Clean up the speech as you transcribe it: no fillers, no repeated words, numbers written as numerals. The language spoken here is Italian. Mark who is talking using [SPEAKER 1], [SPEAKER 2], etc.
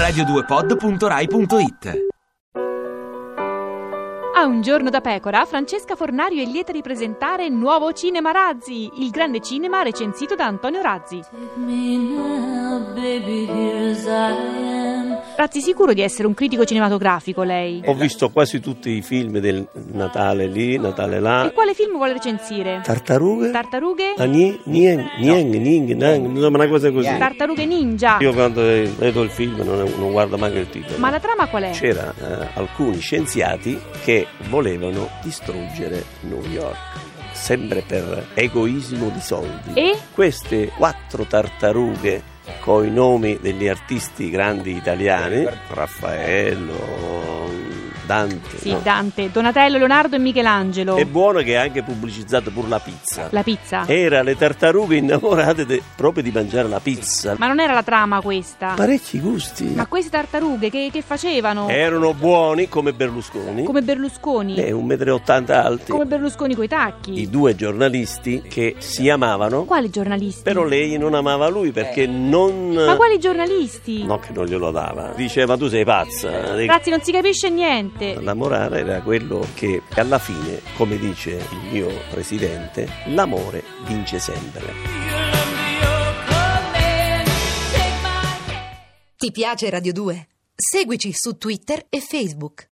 [SPEAKER 1] radio2pod.rai.it.
[SPEAKER 2] A Un giorno da pecora, Francesca Fornario è lieta di presentare Nuovo Cinema Razzi, il grande cinema recensito da Antonio Razzi. Razzi, sicuro di essere un critico cinematografico, lei?
[SPEAKER 3] Ho visto quasi tutti i film del Natale lì, Natale là.
[SPEAKER 2] E quale film vuole recensire?
[SPEAKER 3] Tartarughe?
[SPEAKER 2] Tartarughe?
[SPEAKER 3] Insomma, una cosa così.
[SPEAKER 2] Tartarughe Ninja.
[SPEAKER 3] Io quando vedo il film non guardo mai il titolo.
[SPEAKER 2] Ma la trama qual è?
[SPEAKER 3] C'era alcuni scienziati che volevano distruggere New York, sempre per egoismo di soldi.
[SPEAKER 2] E?
[SPEAKER 3] Queste 4 tartarughe con i nomi degli artisti grandi italiani, Raffaello, Dante.
[SPEAKER 2] Sì,
[SPEAKER 3] no?
[SPEAKER 2] Dante, Donatello, Leonardo e Michelangelo.
[SPEAKER 3] È buono che ha anche pubblicizzato pure la pizza.
[SPEAKER 2] La pizza?
[SPEAKER 3] Era le tartarughe innamorate proprio di mangiare la pizza.
[SPEAKER 2] Ma non era la trama questa?
[SPEAKER 3] Parecchi gusti.
[SPEAKER 2] Ma queste tartarughe che facevano?
[SPEAKER 3] Erano buoni come Berlusconi.
[SPEAKER 2] Come Berlusconi?
[SPEAKER 3] 1,80 m alti.
[SPEAKER 2] Come Berlusconi coi tacchi?
[SPEAKER 3] I 2 giornalisti che si amavano.
[SPEAKER 2] Quali giornalisti?
[SPEAKER 3] Però lei non amava lui perché non...
[SPEAKER 2] Ma quali giornalisti?
[SPEAKER 3] No, che non glielo dava. Diceva tu sei pazza.
[SPEAKER 2] Razzi, non si capisce niente.
[SPEAKER 3] L'amorare era quello che alla fine, come dice il mio presidente, l'amore vince sempre.
[SPEAKER 4] Ti piace Radio 2? Seguici su Twitter e Facebook.